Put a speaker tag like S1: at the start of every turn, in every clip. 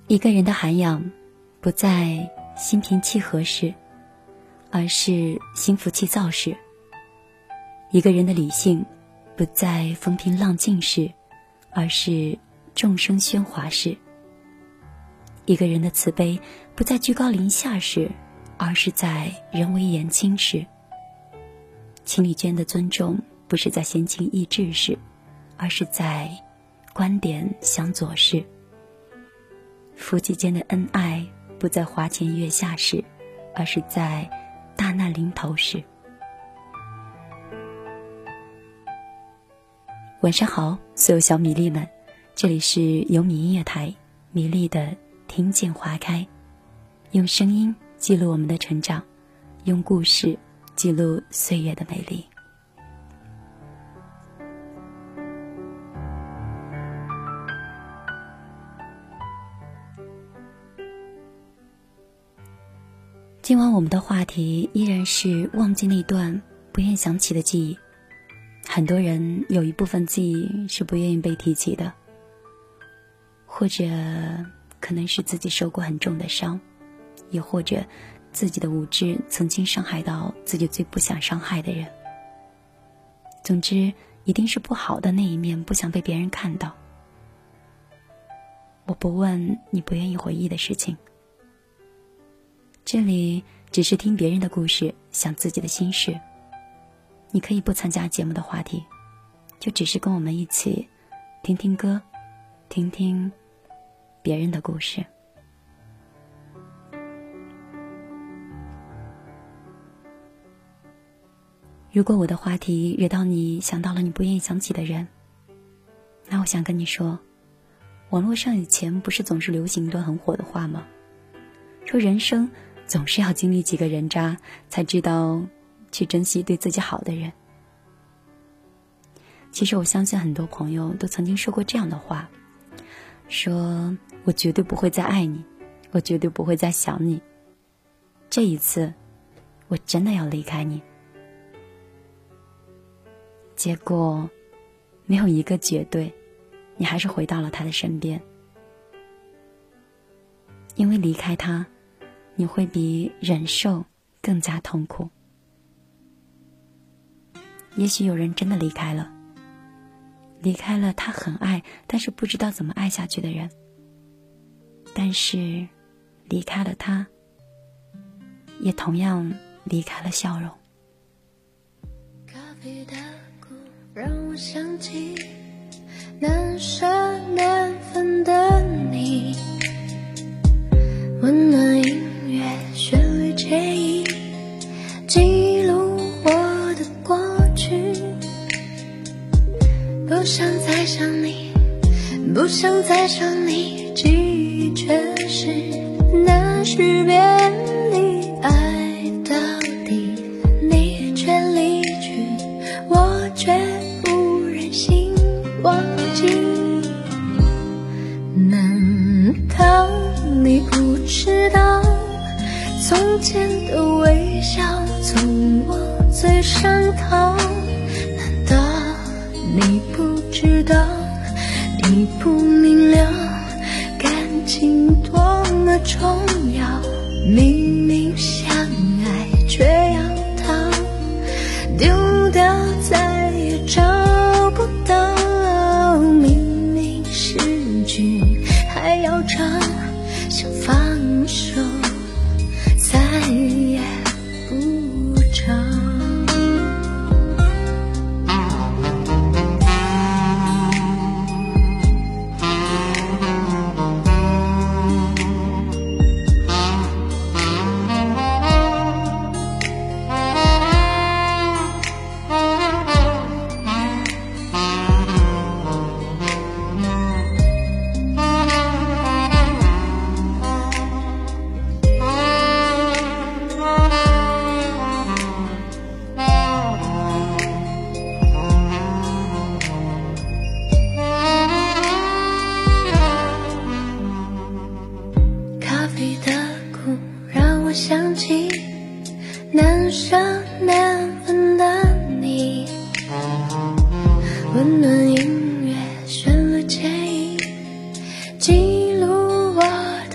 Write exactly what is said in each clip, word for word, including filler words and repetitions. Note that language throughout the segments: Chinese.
S1: 一个人的涵养不在心平气和时，而是心浮气躁时；一个人的理性不在风平浪静时，而是众生喧哗时；一个人的慈悲不在居高临下时，而是在人微言轻时；情侣间的尊重不是在闲情逸致时，而是在观点相左时；夫妻间的恩爱不在花前月下时，而是在大难临头时。晚上好，所有小米粒们，这里是有米音乐台，米粒的听见花开，用声音记录我们的成长，用故事记录岁月的美丽。今晚我们的话题依然是忘记那段不愿想起的记忆。很多人有一部分记忆是不愿意被提起的，或者可能是自己受过很重的伤，也或者自己的无知曾经伤害到自己最不想伤害的人。总之一定是不好的那一面不想被别人看到。我不问你不愿意回忆的事情，这里只是听别人的故事，想自己的心事。你可以不参加节目的话题，就只是跟我们一起听听歌，听听别人的故事。如果我的话题惹到你，想到了你不愿意想起的人，那我想跟你说，网络上以前不是总是流行一段很火的话吗？说人生总是要经历几个人渣，才知道去珍惜对自己好的人。其实我相信很多朋友都曾经说过这样的话，说我绝对不会再爱你，我绝对不会再想你，这一次我真的要离开你。结果没有一个绝对，你还是回到了他的身边。因为离开他，你会比忍受更加痛苦。也许有人真的离开了，离开了他很爱但是不知道怎么爱下去的人，但是离开了他，也同样离开了笑容。
S2: 咖啡的苦让我想起难舍难分的你，温暖音乐旋律惬意，记录我的过去。不想再想你，不想再想你，记忆却是那许遍离爱到底，你却离去，我却不忍心忘记。难道你不知道，从前的微笑从我最上头？难道你不知道，你不明了，感情多么重要，明明相爱却要逃，丢掉再也找不到，明明失去还要找，想放手再也不找。难舍难分的你，温暖音乐旋律惬意，记录我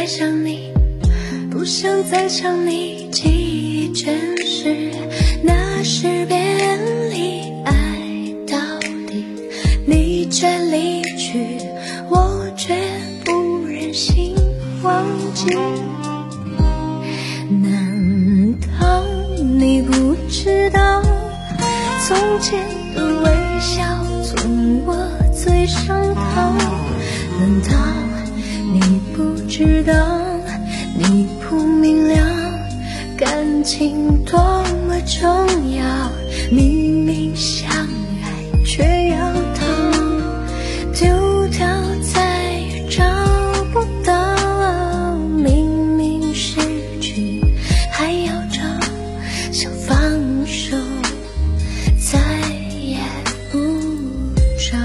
S2: 再想你，不想再想你，记忆全是那时别离，爱到底，你却离去，我却不忍心忘记。难道你不知道，从前的微笑从我嘴上逃？难道你不知道，你不明了，感情多么重要，明明相爱却要逃，丢掉再也找不到，明明失去还要找，想放手再也不找。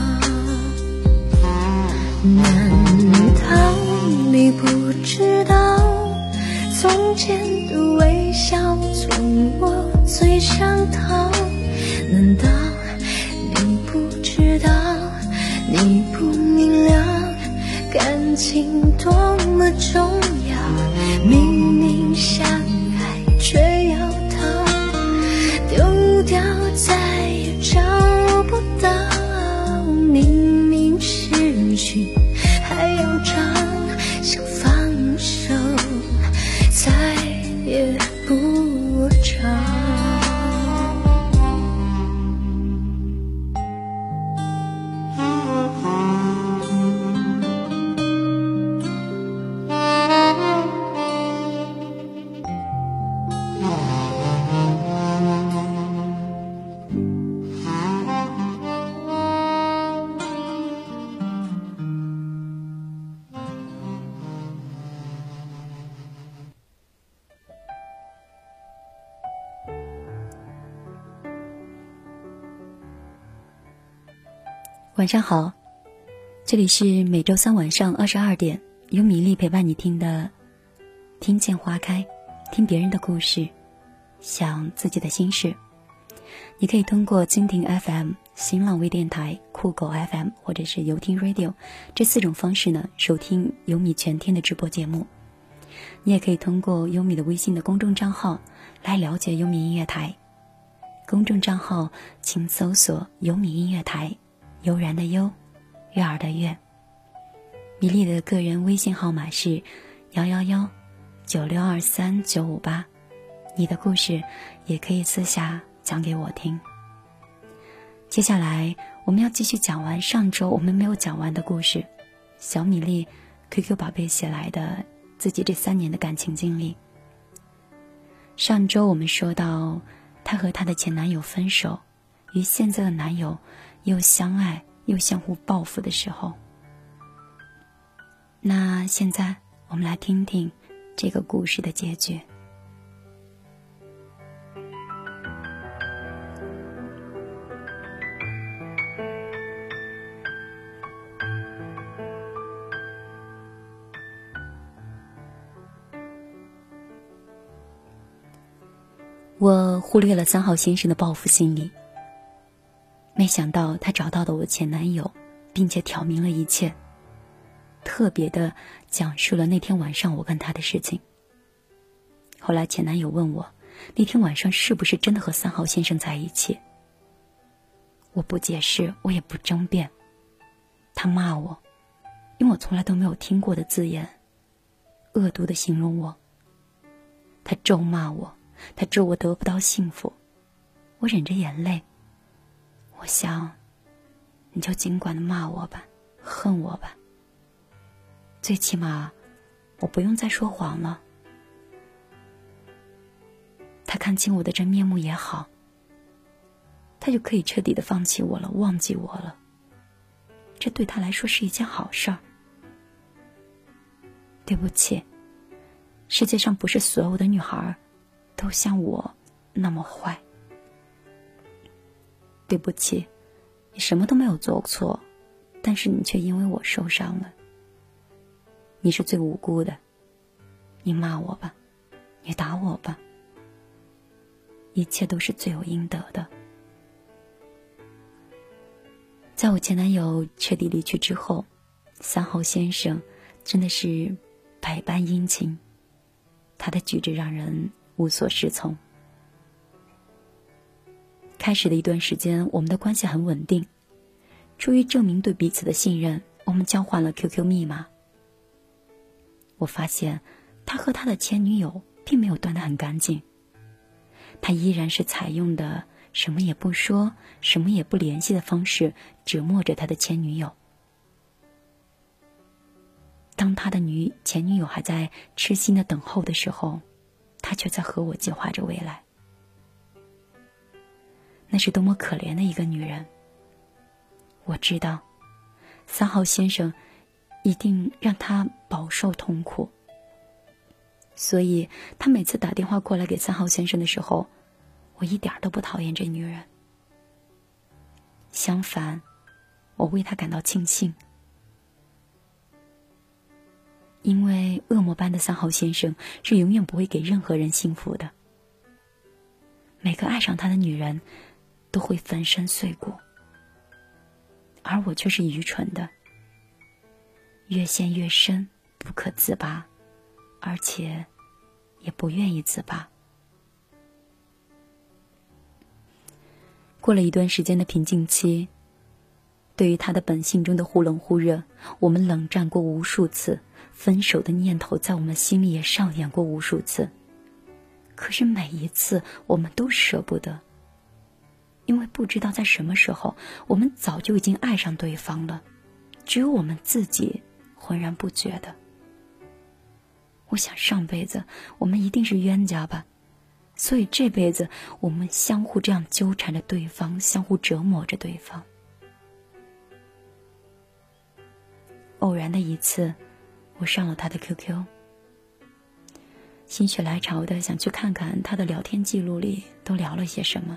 S2: 难道你不知道，从前的微笑从我嘴上逃？难道你不知道，你不明了，感情多么重要，明明相爱却要逃，丢掉再也找不到，明明失去还要找，想放手再也不找。
S1: 晚上好，这里是每周三晚上二十二点，由米粒陪伴你听的听见花开，听别人的故事，想自己的心事。你可以通过蜻蜓 F M、 新浪微电台、酷狗 F M 或者是游听 Radio 这四种方式呢，收听优米全天的直播节目。你也可以通过优米的微信的公众账号来了解优米音乐台，公众账号请搜索优米音乐台，悠然的悠，悦耳的悦。米粒的个人微信号码是幺幺幺九六二三九五八，你的故事也可以私下讲给我听。接下来我们要继续讲完上周我们没有讲完的故事，小米粒 Q Q 宝贝写来的自己这三年的感情经历。上周我们说到她和她的前男友分手，与现在的男友又相爱又相互报复的时候。那现在我们来听听这个故事的结局。我忽略了三号先生的报复心理，没想到他找到了我前男友，并且挑明了一切，特别的讲述了那天晚上我跟他的事情。后来前男友问我，那天晚上是不是真的和三号先生在一起？我不解释，我也不争辩。他骂我，用我从来都没有听过的字眼，恶毒的形容我。他咒骂我，他咒我得不到幸福。我忍着眼泪，我想，你就尽管的骂我吧，恨我吧，最起码我不用再说谎了。他看清我的真面目也好，他就可以彻底的放弃我了，忘记我了。这对他来说是一件好事儿。对不起，世界上不是所有的女孩都像我那么坏。对不起，你什么都没有做错，但是你却因为我受伤了。你是最无辜的，你骂我吧，你打我吧，一切都是罪有应得的。在我前男友彻底离去之后，三号先生真的是百般殷勤，他的举止让人无所适从。开始的一段时间，我们的关系很稳定，出于证明对彼此的信任，我们交换了 Q Q 密码。我发现他和他的前女友并没有断得很干净，他依然是采用的什么也不说，什么也不联系的方式折磨着他的前女友。当他的女前女友还在痴心的等候的时候，他却在和我计划着未来。那是多么可怜的一个女人。我知道三号先生一定让她饱受痛苦，所以他每次打电话过来给三号先生的时候，我一点都不讨厌这女人。相反，我为她感到庆幸，因为恶魔般的三号先生是永远不会给任何人幸福的。每个爱上他的女人都会粉身碎骨，而我却是愚蠢的，越陷越深，不可自拔，而且也不愿意自拔。过了一段时间的平静期，对于他的本性中的忽冷忽热，我们冷战过无数次，分手的念头在我们心里也上演过无数次。可是每一次我们都舍不得，因为不知道在什么时候，我们早就已经爱上对方了，只有我们自己浑然不觉的。我想上辈子我们一定是冤家吧，所以这辈子我们相互这样纠缠着对方，相互折磨着对方。偶然的一次，我上了他的 Q Q， 心血来潮的想去看看他的聊天记录里都聊了些什么。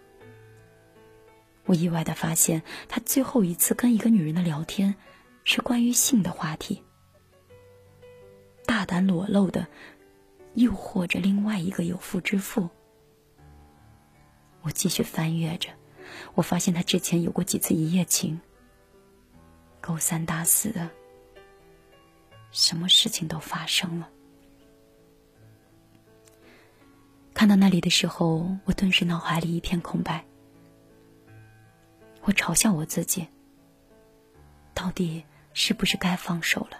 S1: 我意外的发现，他最后一次跟一个女人的聊天是关于性的话题，大胆裸露的诱惑着另外一个有妇之夫。我继续翻阅着，我发现他之前有过几次一夜情，勾三搭四的，什么事情都发生了。看到那里的时候，我顿时脑海里一片空白。我嘲笑我自己，到底是不是该放手了？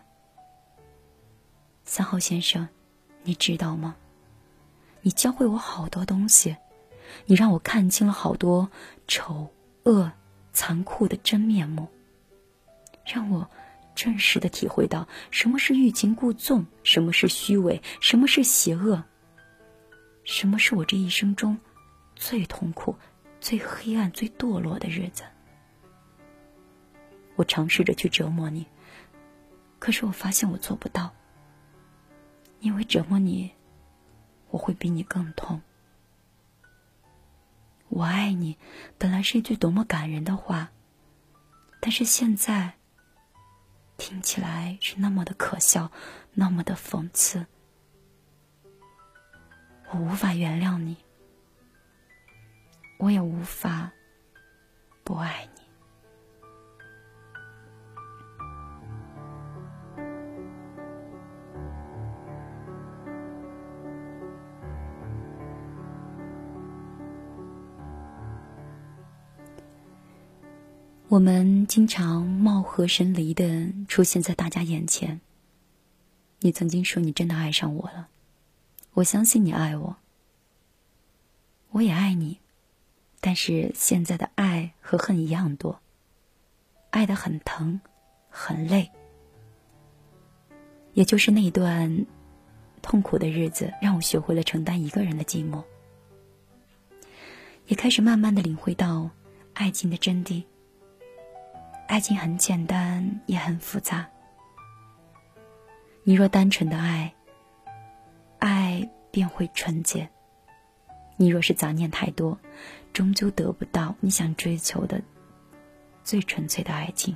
S1: 三号先生，你知道吗？你教会我好多东西，你让我看清了好多丑恶残酷的真面目，让我真实的体会到什么是欲擒故纵，什么是虚伪，什么是邪恶，什么是我这一生中最痛苦、最黑暗、最堕落的日子。我尝试着去折磨你，可是我发现我做不到，因为折磨你，我会比你更痛。我爱你本来是一句多么感人的话，但是现在听起来是那么的可笑，那么的讽刺。我无法原谅你，我也无法不爱你。我们经常貌合神离地出现在大家眼前。你曾经说你真的爱上我了，我相信你爱我，我也爱你，但是现在的爱和恨一样多，爱得很疼，很累。也就是那一段痛苦的日子，让我学会了承担一个人的寂寞，也开始慢慢地领会到爱情的真谛。爱情很简单，也很复杂。你若单纯的爱，爱便会纯洁；你若是杂念太多，终究得不到你想追求的最纯粹的爱情。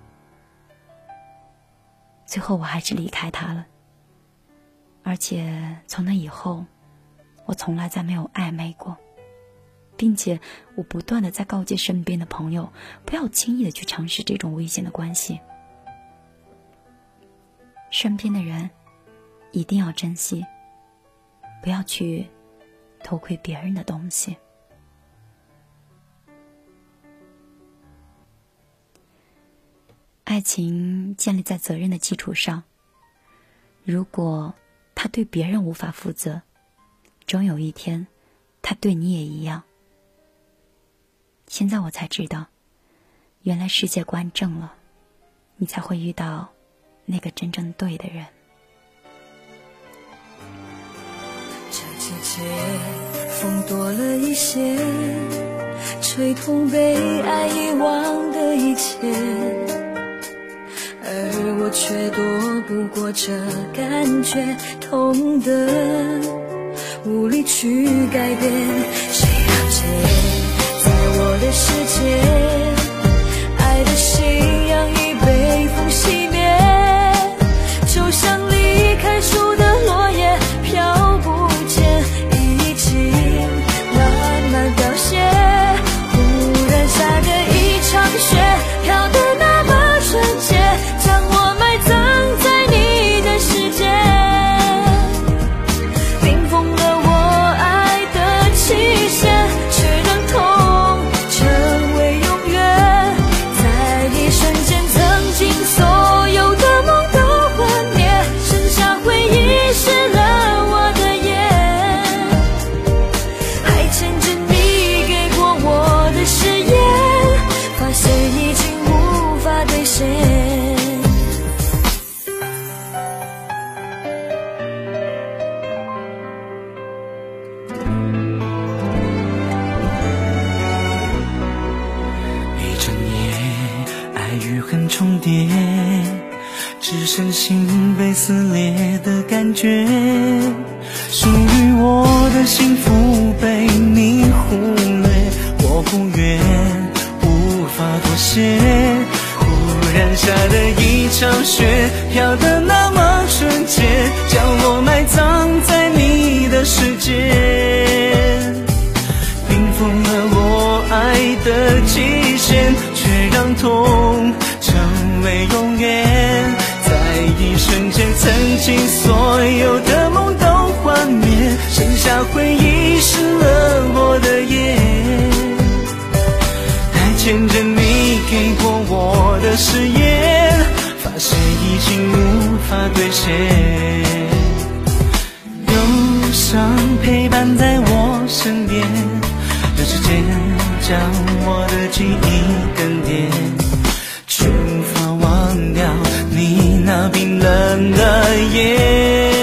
S1: 最后我还是离开他了，而且从那以后，我从来再没有暧昧过，并且我不断地在告诫身边的朋友，不要轻易地去尝试这种危险的关系。身边的人一定要珍惜，不要去偷窥别人的东西。爱情建立在责任的基础上，如果他对别人无法负责，终有一天他对你也一样。现在我才知道，原来世界观正了，你才会遇到那个真正对的人。
S2: 这季节风多了一些，吹痛被爱遗忘的一切，而我却躲不过这感觉，痛得无力去改变。谁了解，在我的世界，爱的信仰已被风熄灭，就像离开树的落叶飘不见，已经慢慢凋谢。忽然下个一场雪，飘得那么纯洁，将我埋葬在你的世界，冰封了我爱的期限，却让痛成为永远。在一瞬间，曾经所有的梦都幻灭，剩下回忆湿了我的眼，还牵着你给过我的誓言，发现已经无法兑现。
S3: 一整夜，爱与恨重叠，只剩心被撕裂的感觉。属于我的幸福被你忽略，我不愿，无法妥协。忽然下的一场雪，飘得那么纯洁，将我埋葬在你的世界，冰封了我爱的极限，却让痛成为永远。在一瞬间，曾经所有的梦都幻灭，剩下回忆湿了我的眼，还牵着你给过我的誓言，发现已经无法兑现。忧伤陪伴在我身边，让时间将我的记忆更迭，却无法忘掉你那冰冷的眼。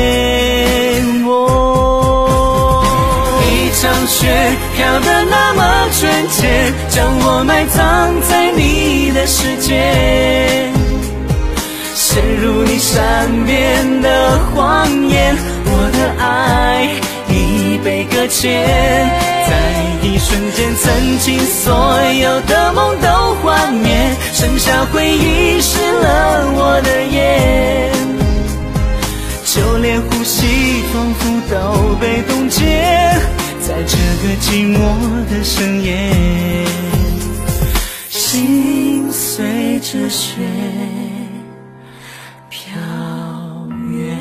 S3: 我一场雪飘得那么纯洁，将我埋葬在你的世界，陷入你善变的谎言，我的爱已被搁浅。在一瞬间，曾经所有的梦都幻灭，剩下回忆湿了我的眼，就连呼吸仿佛都被冻结在这个寂寞的深夜，心随着雪飘远。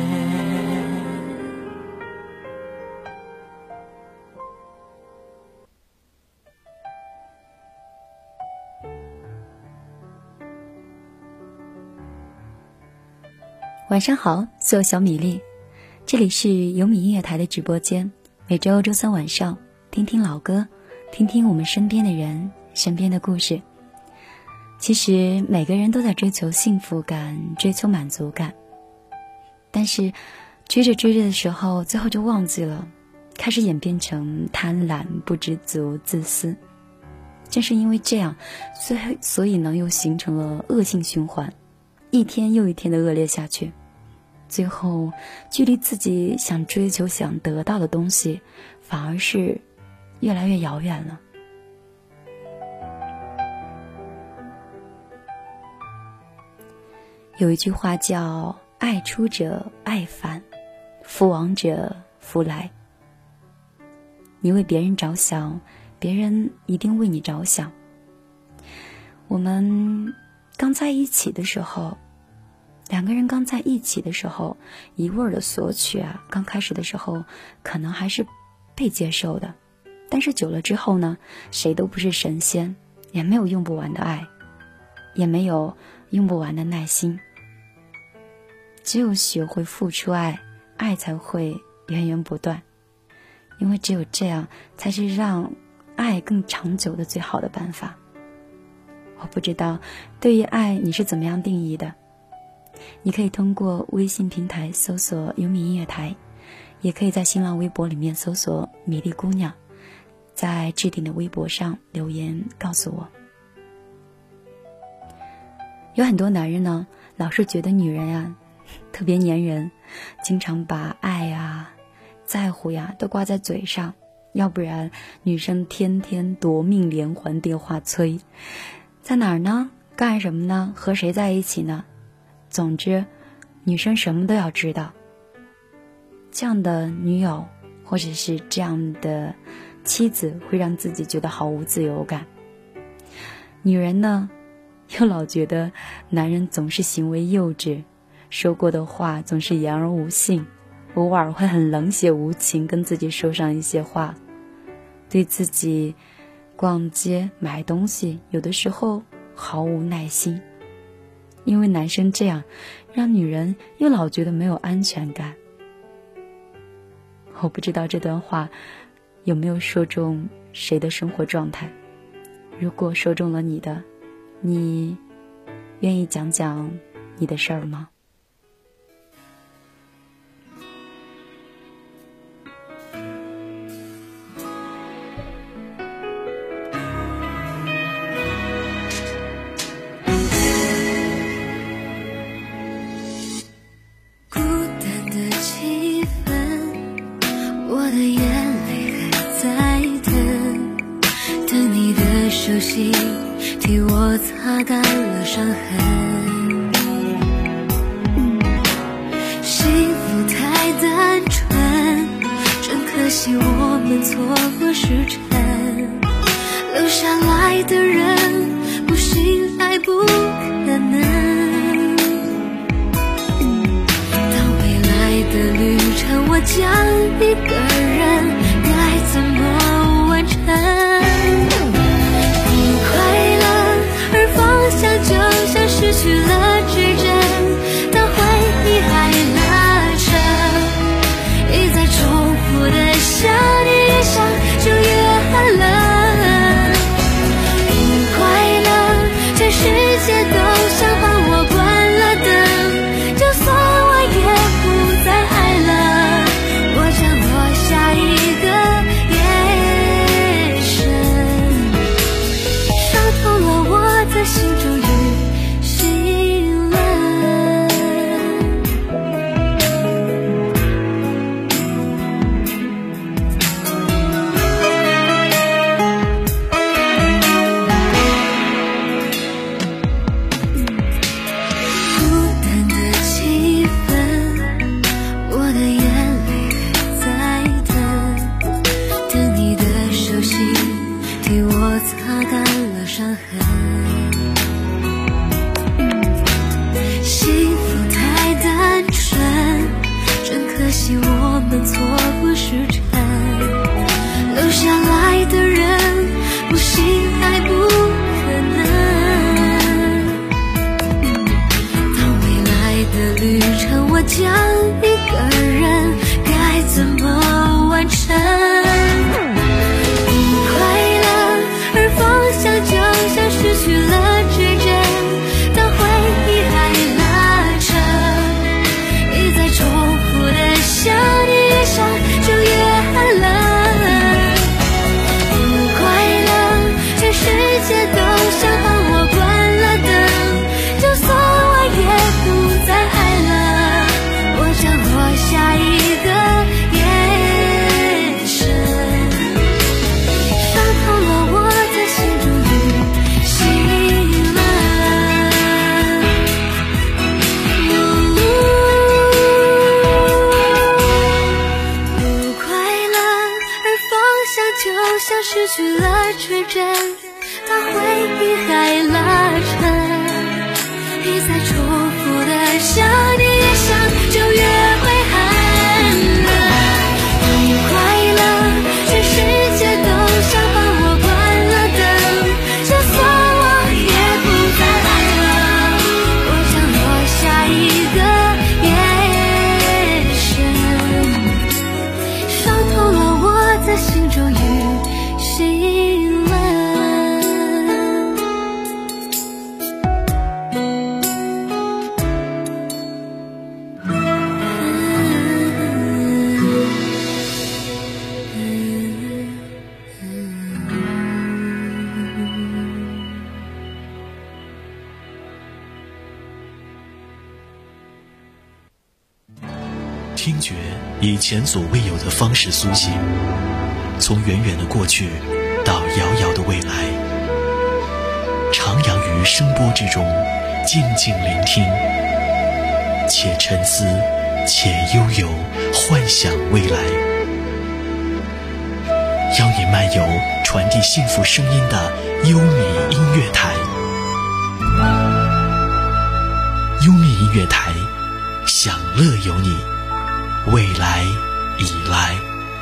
S1: 晚上好，所有小米粒，这里是有米音乐台的直播间，每周周三晚上听听老歌，听听我们身边的人，身边的故事。其实每个人都在追求幸福感，追求满足感，但是追着追着的时候，最后就忘记了，开始演变成贪婪、不知足、自私。正是因为这样，所以所以呢，又形成了恶性循环，一天又一天的恶劣下去，最后距离自己想追求想得到的东西反而是越来越遥远了。有一句话叫爱出者爱返，福往者福来。你为别人着想，别人一定为你着想。我们刚在一起的时候， 两个人刚在一起的时候，一味的索取啊，刚开始的时候可能还是被接受的，但是久了之后呢，谁都不是神仙，也没有用不完的爱，也没有用不完的耐心。只有学会付出爱，爱才会源源不断，因为只有这样才是让爱更长久的最好的办法。我不知道对于爱你是怎么样定义的，你可以通过微信平台搜索优米音乐台，也可以在新浪微博里面搜索米粒姑娘，在置顶的微博上留言告诉我。有很多男人呢，老是觉得女人啊特别粘人，经常把爱啊在乎呀都挂在嘴上，要不然女生天天夺命连环电话催，在哪儿呢？干什么呢？和谁在一起呢？总之女生什么都要知道。这样的女友或者是这样的妻子会让自己觉得毫无自由感。女人呢又老觉得男人总是行为幼稚，说过的话总是言而无信，偶尔会很冷血无情跟自己说上一些话，对自己逛街买东西有的时候毫无耐心。因为男生这样，让女人又老觉得没有安全感。我不知道这段话有没有说中谁的生活状态，如果说中了你的，你愿意讲讲你的事儿吗？
S2: 手心替我擦干了伤痕，幸福太单纯，真可惜我们错过时辰，留下来的人不信爱不可能，当未来的旅程我将一个人该怎么完成，就像失去了指针，当回忆还拉扯，一再重复的想你越想就越寒冷，不快乐，全世界都想帮我关了灯，就算我也不再爱了，我将落下一个眼神，伤透了我的心中错过时辰，留下来的人不信爱不可能，当未来的旅程我将一个人该怎么完成，不快乐而方向就像失去了指针，当回忆还拉扯，一再重复的想你想就越寒冷，不快乐，全世界都想帮我关了灯，就算我也不再爱了，我将
S4: 听觉以前所未有的方式苏醒，从远远的过去到遥遥的未来，徜徉于声波之中，静静聆听，且沉思，且悠游，幻想未来。邀你漫游传递幸福声音的优米音乐台。优米音乐台，享乐有你，未来已来。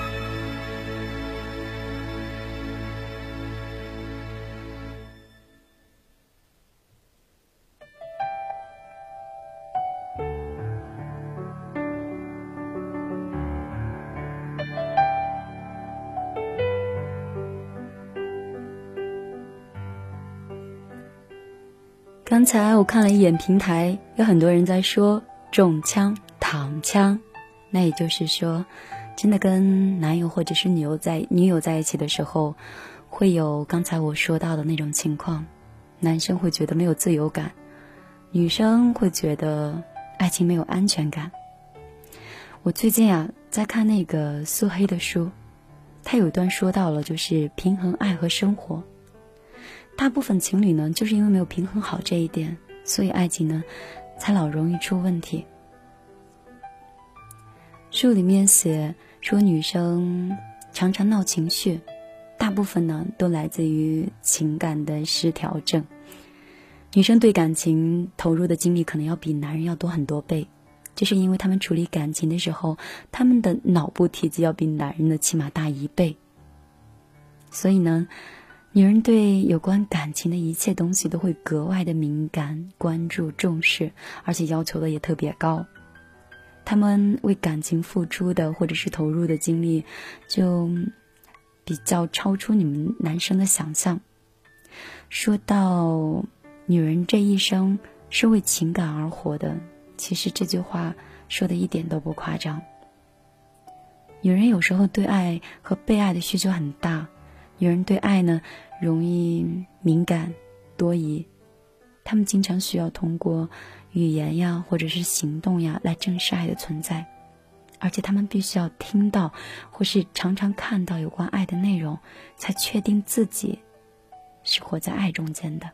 S1: 刚才我看了一眼平台，有很多人在说中枪、躺枪，那也就是说，真的跟男友或者是女友在女友在一起的时候，会有刚才我说到的那种情况。男生会觉得没有自由感，女生会觉得爱情没有安全感。我最近啊在看那个苏黑的书，他有一段说到了，就是平衡爱和生活。大部分情侣呢，就是因为没有平衡好这一点，所以爱情呢才老容易出问题。书里面写说，女生常常闹情绪，大部分呢都来自于情感的失调症。女生对感情投入的精力可能要比男人要多很多倍，这是因为他们处理感情的时候，他们的脑部体积要比男人的起码大一倍。所以呢，女人对有关感情的一切东西都会格外的敏感、关注、重视，而且要求的也特别高。他们为感情付出的或者是投入的精力就比较超出你们男生的想象。说到女人这一生是为情感而活的，其实这句话说的一点都不夸张。女人有时候对爱和被爱的需求很大，女人对爱呢容易敏感多疑，她们经常需要通过语言呀或者是行动呀来证实爱的存在，而且她们必须要听到或是常常看到有关爱的内容，才确定自己是活在爱中间的。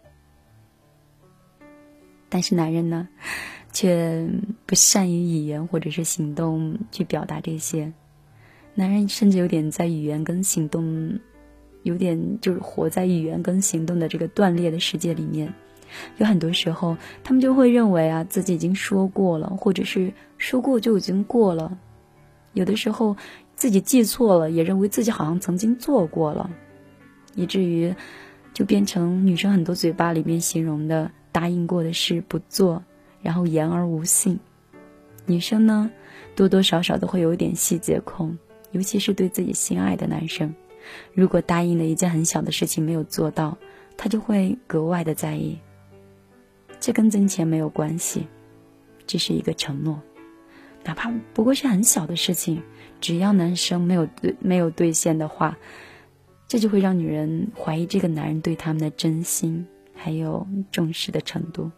S1: 但是男人呢却不善于语言或者是行动去表达这些，男人甚至有点在语言跟行动有点就是活在语言跟行动的这个断裂的世界里面。有很多时候他们就会认为啊自己已经说过了，或者是说过就已经过了，有的时候自己记错了，也认为自己好像曾经做过了，以至于就变成女生很多嘴巴里面形容的答应过的事不做，然后言而无信。女生呢多多少少都会有一点细节控，尤其是对自己心爱的男生，如果答应了一件很小的事情没有做到，他就会格外的在意。这跟金钱没有关系，只是一个承诺，哪怕不过是很小的事情，只要男生没有没有兑现的话，这就会让女人怀疑这个男人对他们的真心还有重视的程度。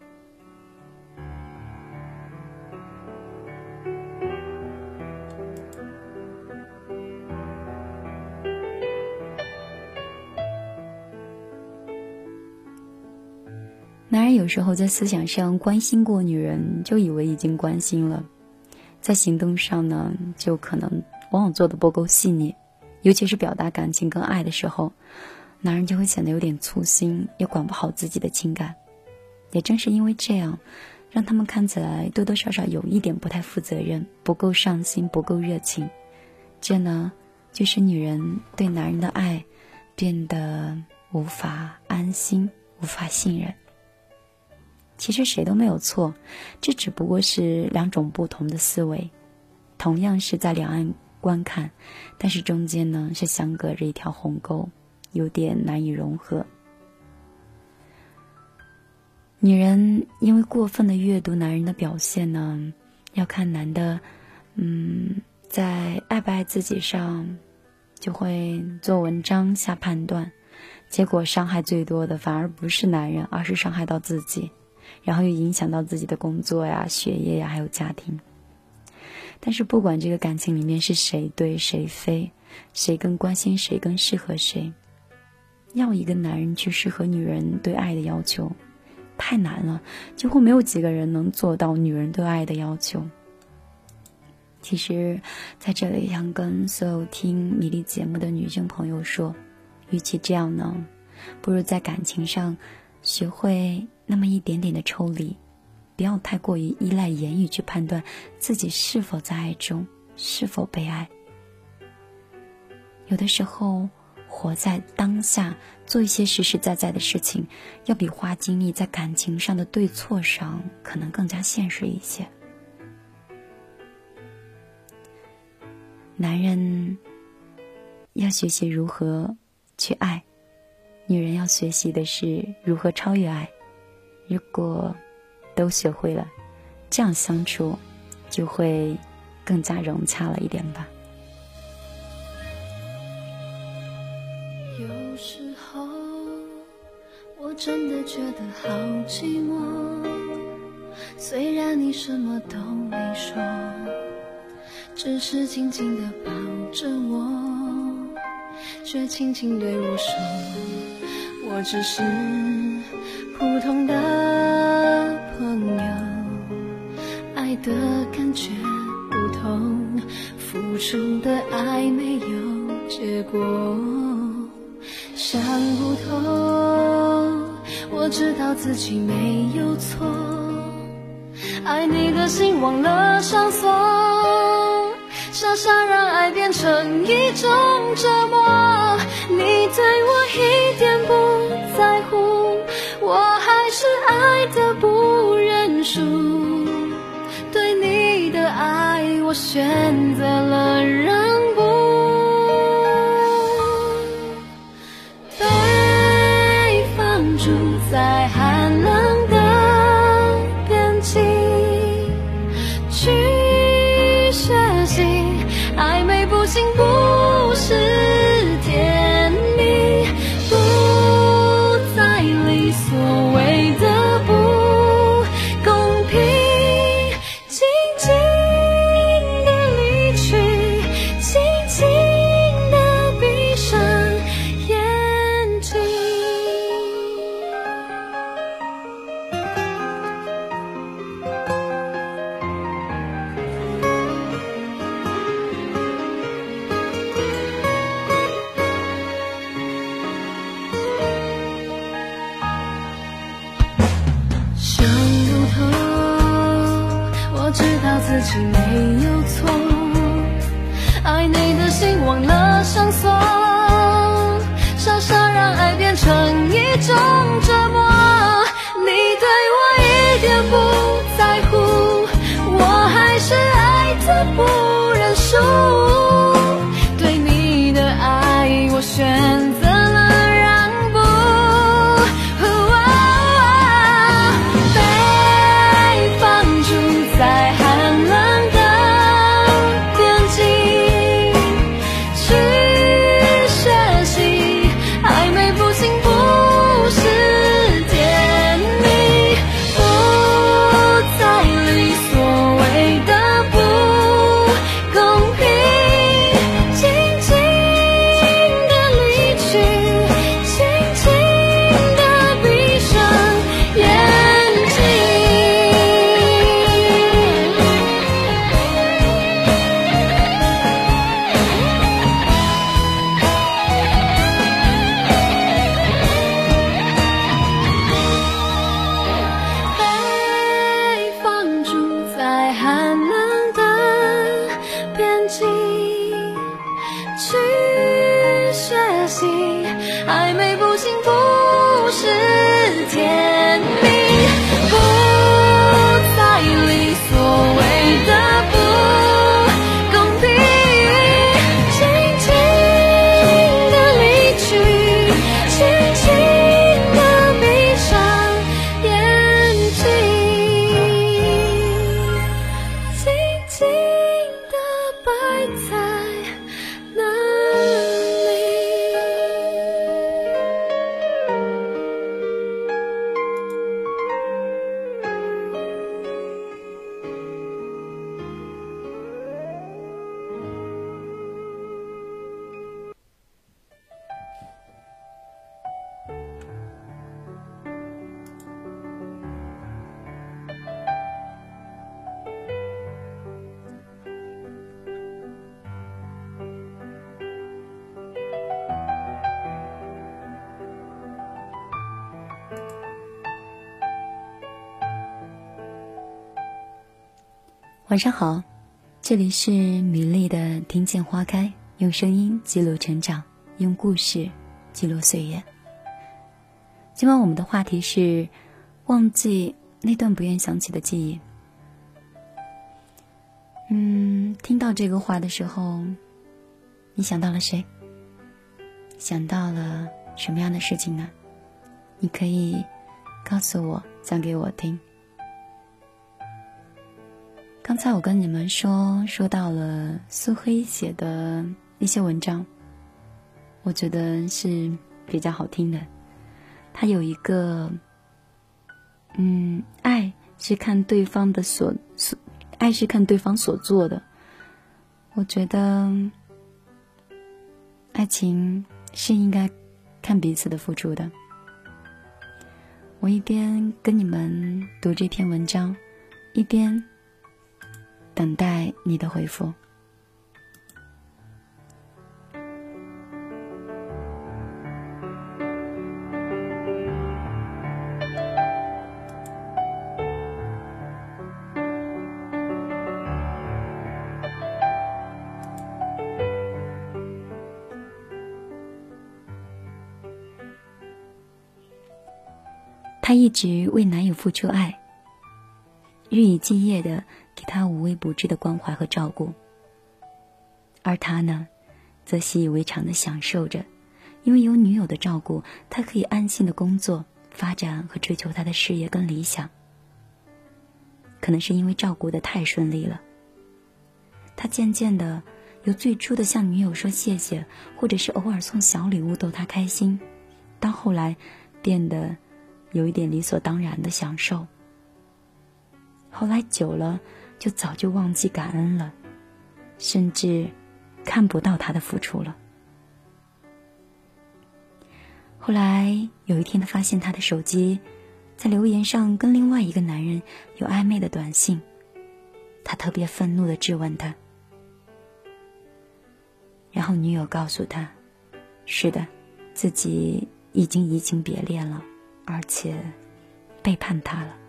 S1: 男人有时候在思想上关心过女人，就以为已经关心了，在行动上呢就可能往往做得不够细腻，尤其是表达感情跟爱的时候，男人就会显得有点粗心，也管不好自己的情感。也正是因为这样，让他们看起来多多少少有一点不太负责任，不够上心，不够热情。这呢就使女人对男人的爱变得无法安心，无法信任。其实谁都没有错，这只不过是两种不同的思维，同样是在两岸观看，但是中间呢是相隔着一条鸿沟，有点难以融合。女人因为过分的阅读男人的表现呢，要看男的嗯，在爱不爱自己上就会做文章下判断，结果伤害最多的反而不是男人，而是伤害到自己，然后又影响到自己的工作呀、学业呀还有家庭。 但是不管这个感情里面是谁对谁非，谁更关心谁，更适合谁，要一个男人去适合女人对爱的要求太难了，几乎没有几个人能做到女人对爱的要求。其实在这里想跟所有听米粒节目的女性朋友说，与其这样呢，不如在感情上学会那么一点点的抽离，不要太过于依赖言语去判断自己是否在爱中，是否被爱。有的时候活在当下，做一些实实在在的事情，要比花精力在感情上的对错上可能更加现实一些。男人要学习如何去爱，女人要学习的是如何超越爱。如果都学会了，这样相处就会更加融洽了一点吧。
S2: 有时候我真的觉得好寂寞，虽然你什么都没说，只是紧紧地抱着我，却轻轻对我说，我只是普通的朋友，爱的感觉不同，付出的爱没有结果，想不通，我知道自己没有错，爱你的心忘了上锁，傻傻让爱变成一种折磨，你对我一点不在乎，我还是爱的不认输，对你的爱我选择了让步，对方住在寒冷的边境，去学习暧昧不清不是甜蜜，不再理所谓的不公平，静静地离去，轻轻地闭上眼睛。想不透，我知道自己没有错，爱你的心忘了上锁，傻傻让爱变成一种折磨，你对我一点不在乎，我还是爱的不认输，对你的爱我选择了让步，被放逐在寒冷的边境，去学习暧昧不清不是甜蜜，不再理所谓的不公平，静静地离去，轻轻地闭上眼睛。被放逐在寒冷的边境，去学习暧昧不清不是甜蜜，不再理所谓的不公平，静静地离去，轻轻地闭上眼睛。
S1: 晚上好，这里是米粒的听见花开，用声音记录成长，用故事记录岁月。今晚我们的话题是忘记那段不愿想起的记忆。嗯，听到这个话的时候，你想到了谁？想到了什么样的事情呢？你可以告诉我，讲给我听。刚才我跟你们说说到了苏黑写的一些文章，我觉得是比较好听的。他有一个嗯，爱是看对方的所所爱是看对方所做的。我觉得爱情是应该看彼此的付出的。我一边跟你们读这篇文章，一边等待你的回复。她一直为男友付出爱，日以继夜的给他无微不至的关怀和照顾，而他呢，则习以为常的享受着，因为有女友的照顾，他可以安心的工作、发展和追求他的事业跟理想。可能是因为照顾的太顺利了，他渐渐的由最初的向女友说谢谢，或者是偶尔送小礼物逗她开心，到后来变得有一点理所当然的享受。后来久了，就早就忘记感恩了，甚至看不到他的付出了。后来有一天，他发现他的手机在留言上跟另外一个男人有暧昧的短信，他特别愤怒地质问他，然后女友告诉他，是的，自己已经移情别恋了，而且背叛他了。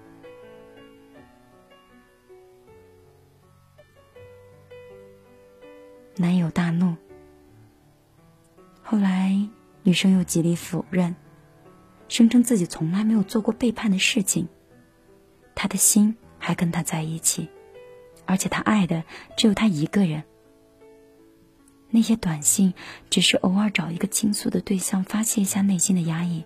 S1: 男友大怒，后来女生又极力否认，声称自己从来没有做过背叛的事情，他的心还跟他在一起，而且他爱的只有他一个人。那些短信只是偶尔找一个倾诉的对象，发泄一下内心的压抑。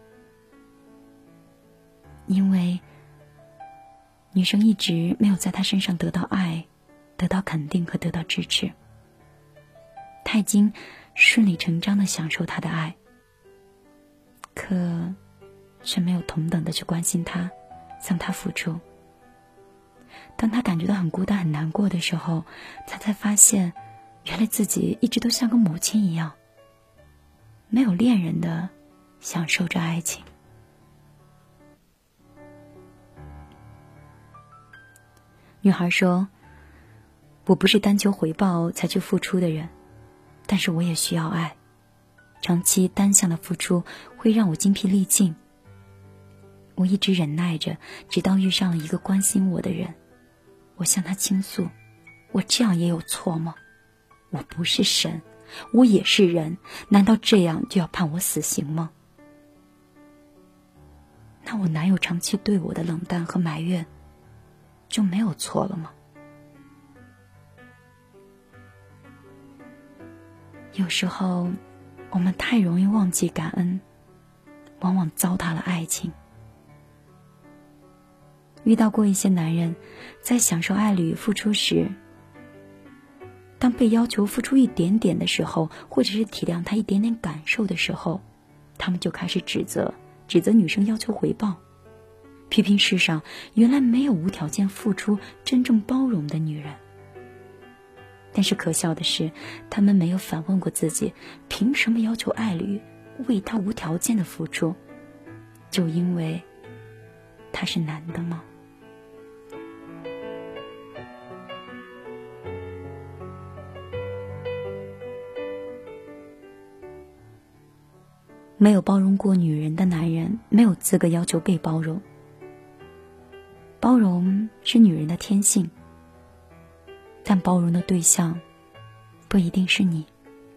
S1: 因为女生一直没有在他身上得到爱，得到肯定和得到支持，他已经顺理成章地享受他的爱，可却没有同等的去关心他，向他付出。当他感觉到很孤单很难过的时候，他才发现原来自己一直都像个母亲一样，没有恋人的享受着爱情。女孩说，我不是单求回报才去付出的人，但是我也需要爱。长期单向的付出会让我精疲力尽，我一直忍耐着，直到遇上了一个关心我的人。我向他倾诉，我这样也有错吗？我不是神，我也是人，难道这样就要判我死刑吗？那我男友长期对我的冷淡和埋怨就没有错了吗？有时候我们太容易忘记感恩，往往糟蹋了爱情。遇到过一些男人，在享受爱侣付出时，当被要求付出一点点的时候，或者是体谅他一点点感受的时候，他们就开始指责指责女生要求回报，批评世上原来没有无条件付出真正包容的女人。但是可笑的是，他们没有反问过自己，凭什么要求爱侣为他无条件的付出？就因为他是男的吗？没有包容过女人的男人，没有资格要求被包容。包容是女人的天性， 但包容的对象不一定是你。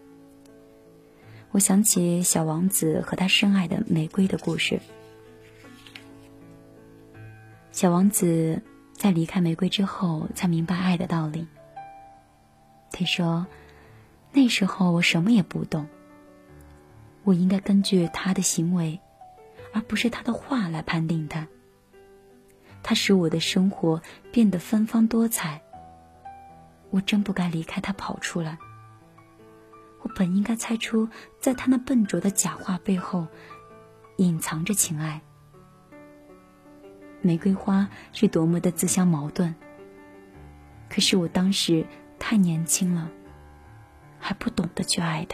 S1: 我想起小王子和他深爱的玫瑰的故事。小王子在离开玫瑰之后才明白爱的道理。他说，那时候我什么也不懂，我应该根据他的行为而不是他的话来判定他。他使我的生活变得芬芳多彩，我真不该离开他跑出来。我本应该猜出在他那笨拙的假话背后隐藏着情爱。玫瑰花是多么的自相矛盾，可是我当时太年轻了，还不懂得去爱它。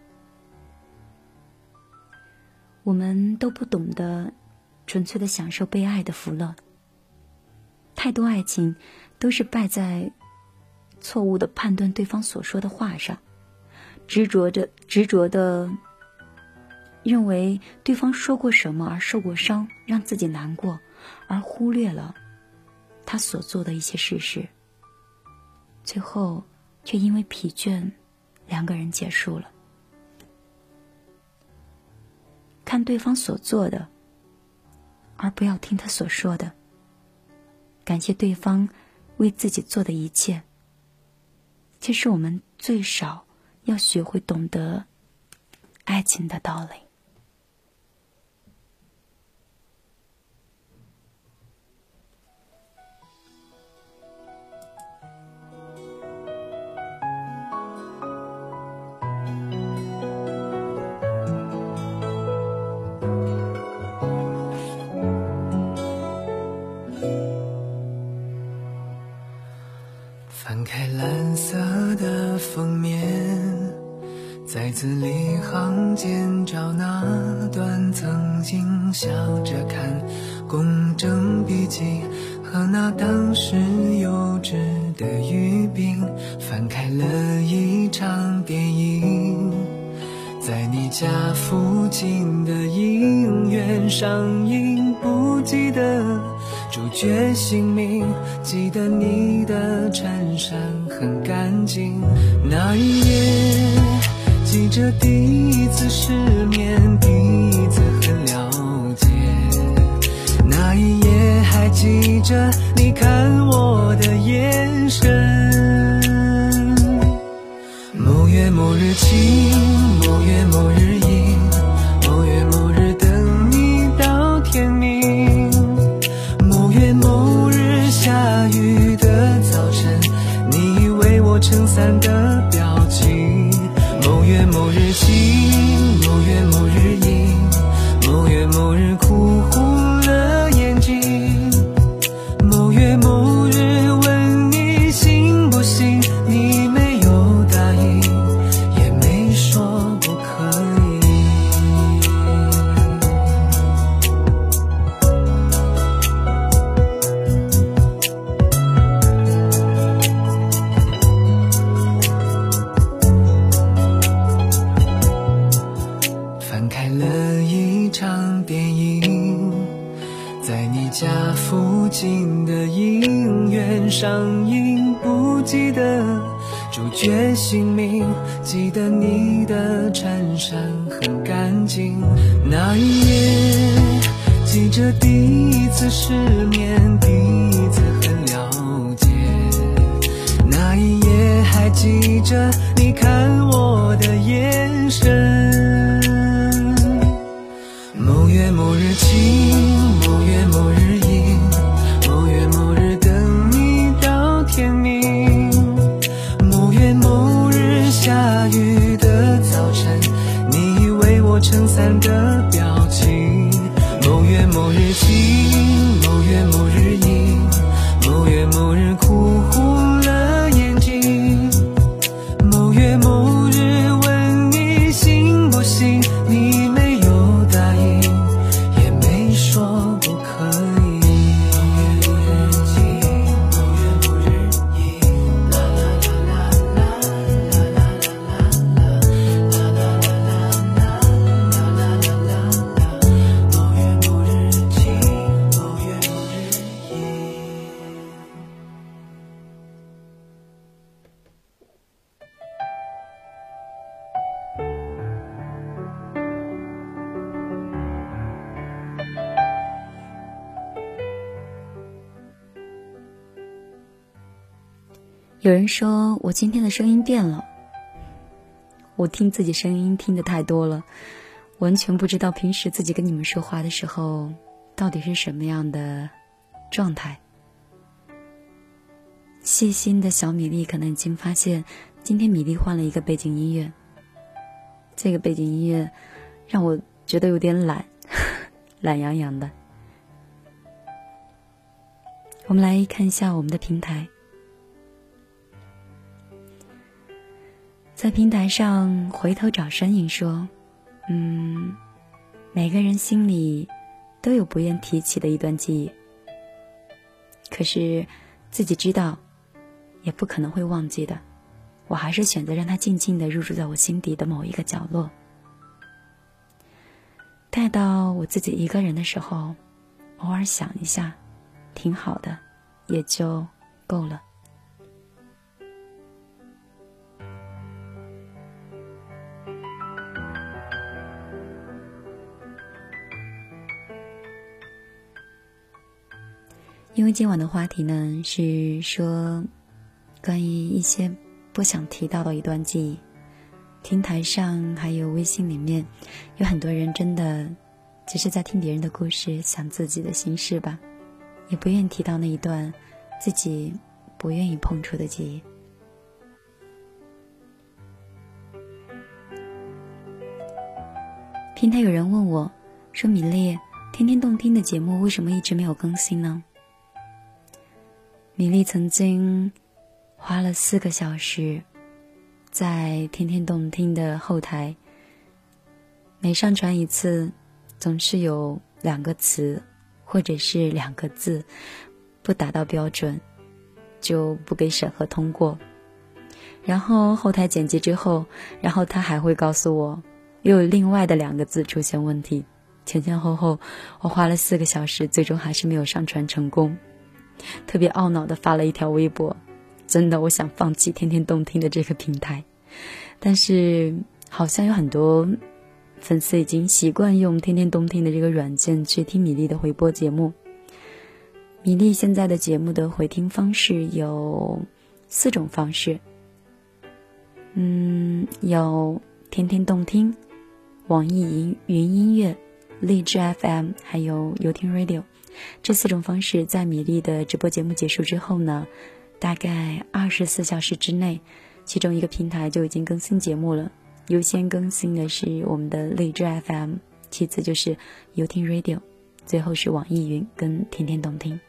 S1: 我们都不懂得纯粹的享受被爱的福乐，太多爱情都是败在错误的判断对方所说的话上，执着着执着的认为对方说过什么而受过伤，让自己难过，而忽略了他所做的一些事实，最后却因为疲倦，两个人结束了。看对方所做的，而不要听他所说的，感谢对方为自己做的一切。这是我们最少要学会懂得爱情的道理。
S3: 翻开蓝色的封面，在字里行间找那段曾经笑着看公正笔记和那当时幼稚的语病。翻开了一场电影，在你家附近的影院上映，不记得主角姓名，记得你的衬衫很干净。那一夜记着第一次失眠，第一次很了解。那一夜还记着你看我的眼神。某月某日晴，某月某日阴，某月某日等你到天明。某月某日下雨的早晨，你为我撑伞的表情。某月某日晴，某月某日阴，某月某日哭红了眼睛。某月某日问你信不信，你没有答应，也没说不可以。翻开了一场电影，在你家附近的影院上映，不记得主角姓名，记得你的衬衫很干净。那一夜记着第一次失眠，第一次很了解。那一夜还记着你看我的眼神。某月某日晴，某月某日阴，某月某日等你到天明。某月某日下雨的早晨，你为我撑伞的表情。某月某日晴，某月某日阴，某月某日哭红了眼睛。某月某日问你信不信，你没有答应，也没说不可以。某月某日晴，某月某日阴，啦啦啦啦啦啦啦啦啦啦啦啦啦啦啦啦啦。某月某日晴，某
S1: 有人说我今天的声音变了，我听自己声音听得太多了，完全不知道平时自己跟你们说话的时候到底是什么样的状态。细心的小米粒可能已经发现，今天米粒换了一个背景音乐，这个背景音乐让我觉得有点懒，懒洋洋的。我们来看一下我们的平台，在平台上回头找身影说，嗯，每个人心里都有不愿提起的一段记忆，可是自己知道也不可能会忘记的，我还是选择让它静静地入住在我心底的某一个角落。待到我自己一个人的时候，偶尔想一下，挺好的，也就够了。因为今晚的话题呢，是说关于一些不想提到的一段记忆。平台上还有微信里面有很多人真的只是在听别人的故事，想自己的心事吧，也不愿意提到那一段自己不愿意碰触的记忆。平台有人问我说，米粒，天天动听的节目为什么一直没有更新呢？米粒曾经花了四个小时在天天动听的后台，每上传一次总是有两个词或者是两个字不达到标准，就不给审核通过。然后后台剪辑之后，然后他还会告诉我又有另外的两个字出现问题。前前后后我花了四个小时，最终还是没有上传成功。特别懊恼地发了一条微博，真的我想放弃天天动听的这个平台。但是好像有很多粉丝已经习惯用天天动听的这个软件去听米粒的回播节目。米粒现在的节目的回听方式有四种方式，嗯，有天天动听、网易云云音乐、荔枝 F M 还有游听 Radio。这四种方式在米粒的直播节目结束之后呢，大概二十四小时之内，其中一个平台就已经更新节目了。优先更新的是我们的荔枝 F M， 其次就是游听 Radio， 最后是网易云跟天天动听。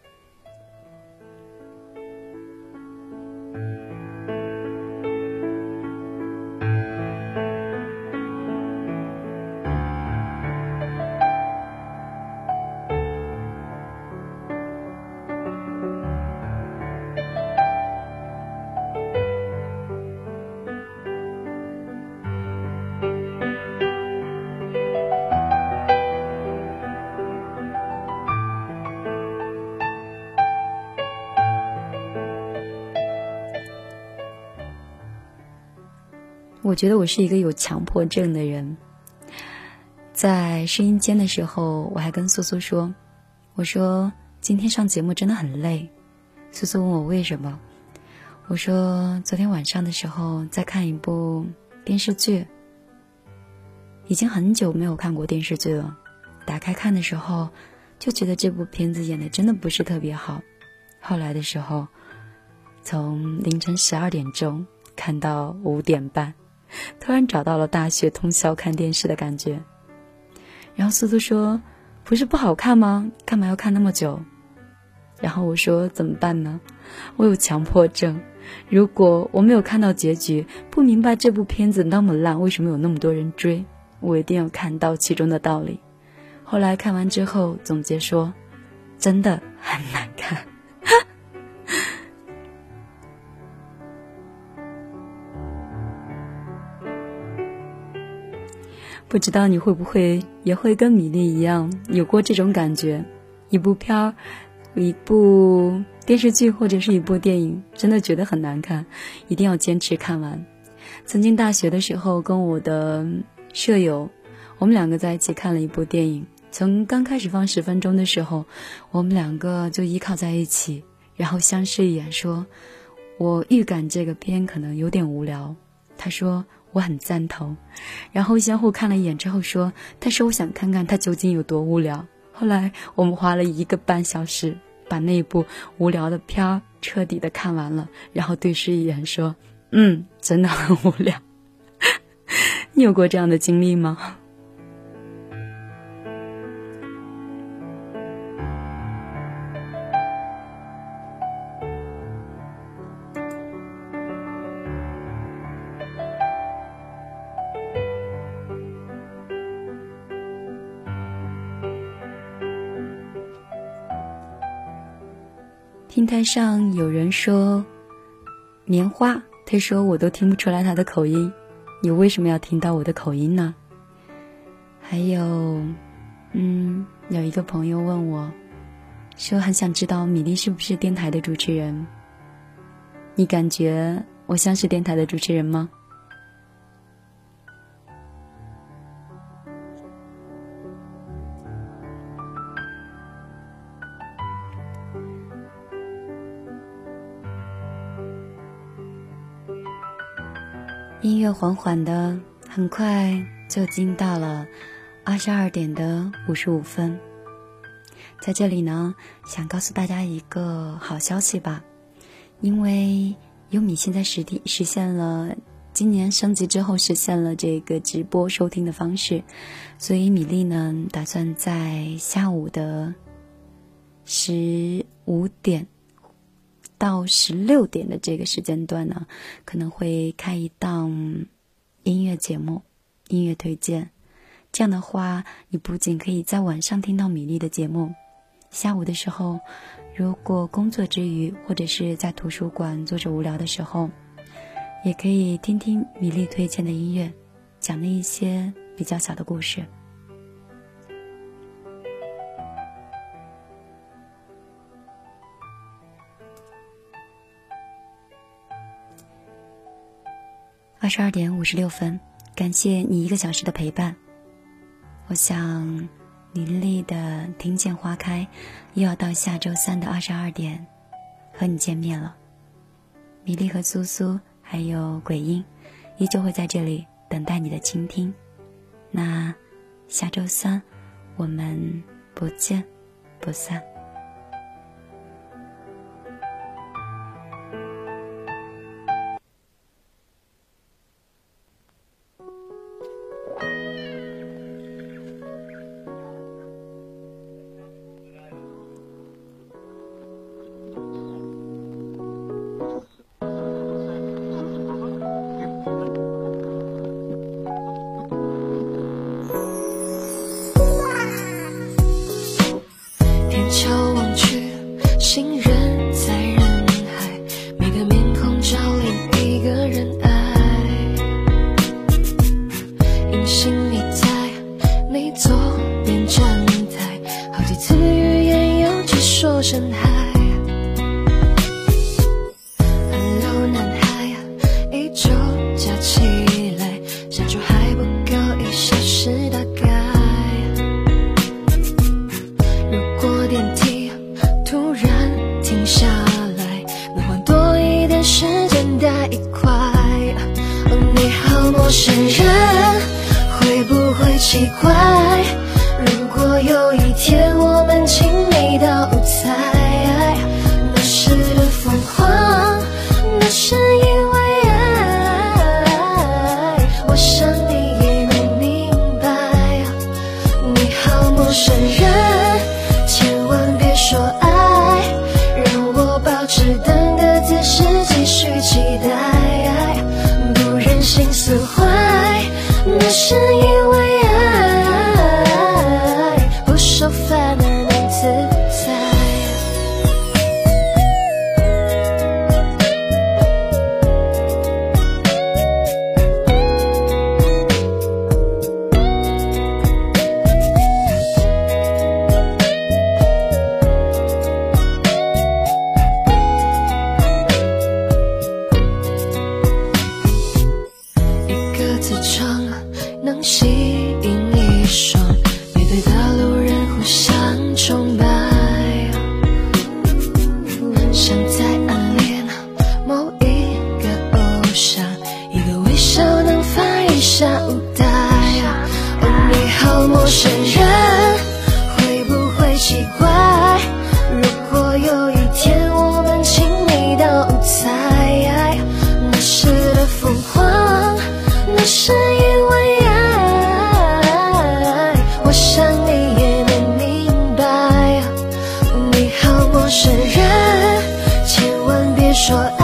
S1: 我觉得我是一个有强迫症的人。在试音间的时候，我还跟苏苏说，我说今天上节目真的很累。苏苏问我为什么，我说昨天晚上的时候在看一部电视剧，已经很久没有看过电视剧了，打开看的时候就觉得这部片子演的真的不是特别好。后来的时候从凌晨十二点钟看到五点半，突然找到了大学通宵看电视的感觉。然后苏苏说，不是不好看吗？干嘛要看那么久？然后我说怎么办呢？我有强迫症，如果我没有看到结局，不明白这部片子那么烂，为什么有那么多人追，我一定要看到其中的道理。后来看完之后总结说，真的很难看。不知道你会不会也会跟米粒一样有过这种感觉，一部片儿、一部电视剧或者是一部电影真的觉得很难看，一定要坚持看完。曾经大学的时候跟我的舍友，我们两个在一起看了一部电影，从刚开始放十分钟的时候，我们两个就依靠在一起，然后相视一眼说， 我预感这个片可能有点无聊。他说我很赞同，然后相互看了一眼之后说，但是我想看看他究竟有多无聊。后来我们花了一个半小时把那部无聊的片儿彻底的看完了，然后对视一眼说，嗯，真的很无聊。你有过这样的经历吗？平台上有人说棉花，他说我都听不出来他的口音，你为什么要听到我的口音呢？还有嗯，有一个朋友问我说很想知道米粒是不是电台的主持人，你感觉我像是电台的主持人吗？音乐缓缓的，很快就已经到了二十二点的五十五分。在这里呢，想告诉大家一个好消息吧，因为优米现在实体实现了今年升级之后实现了这个直播收听的方式，所以米粒呢打算在下午的十五点到十六点的这个时间段呢，可能会开一档音乐节目，音乐推荐。这样的话，你不仅可以在晚上听到米粒的节目，下午的时候，如果工作之余或者是在图书馆坐着无聊的时候，也可以听听米粒推荐的音乐，讲的一些比较小的故事。二十二点五十六分，感谢你一个小时的陪伴。我想米粒的听见花开又要到下周三的二十二点和你见面了。米粒和苏苏还有鬼音依旧会在这里等待你的倾听。那下周三我们不见不散。
S2: 深海，二楼男孩，一周加起来，山丘还不够一小时大概。如果电梯突然停下来，能换多一点时间待一块。哦，你好，陌生人，会不会奇怪？如果有一天我们亲密到无猜，那时的疯狂，那是因为爱。我想你也能明白。你好，陌生人，千万别说爱，让我保持等的姿势，继续期待，不忍心损坏，那是因为爱。受反而能自在。 说爱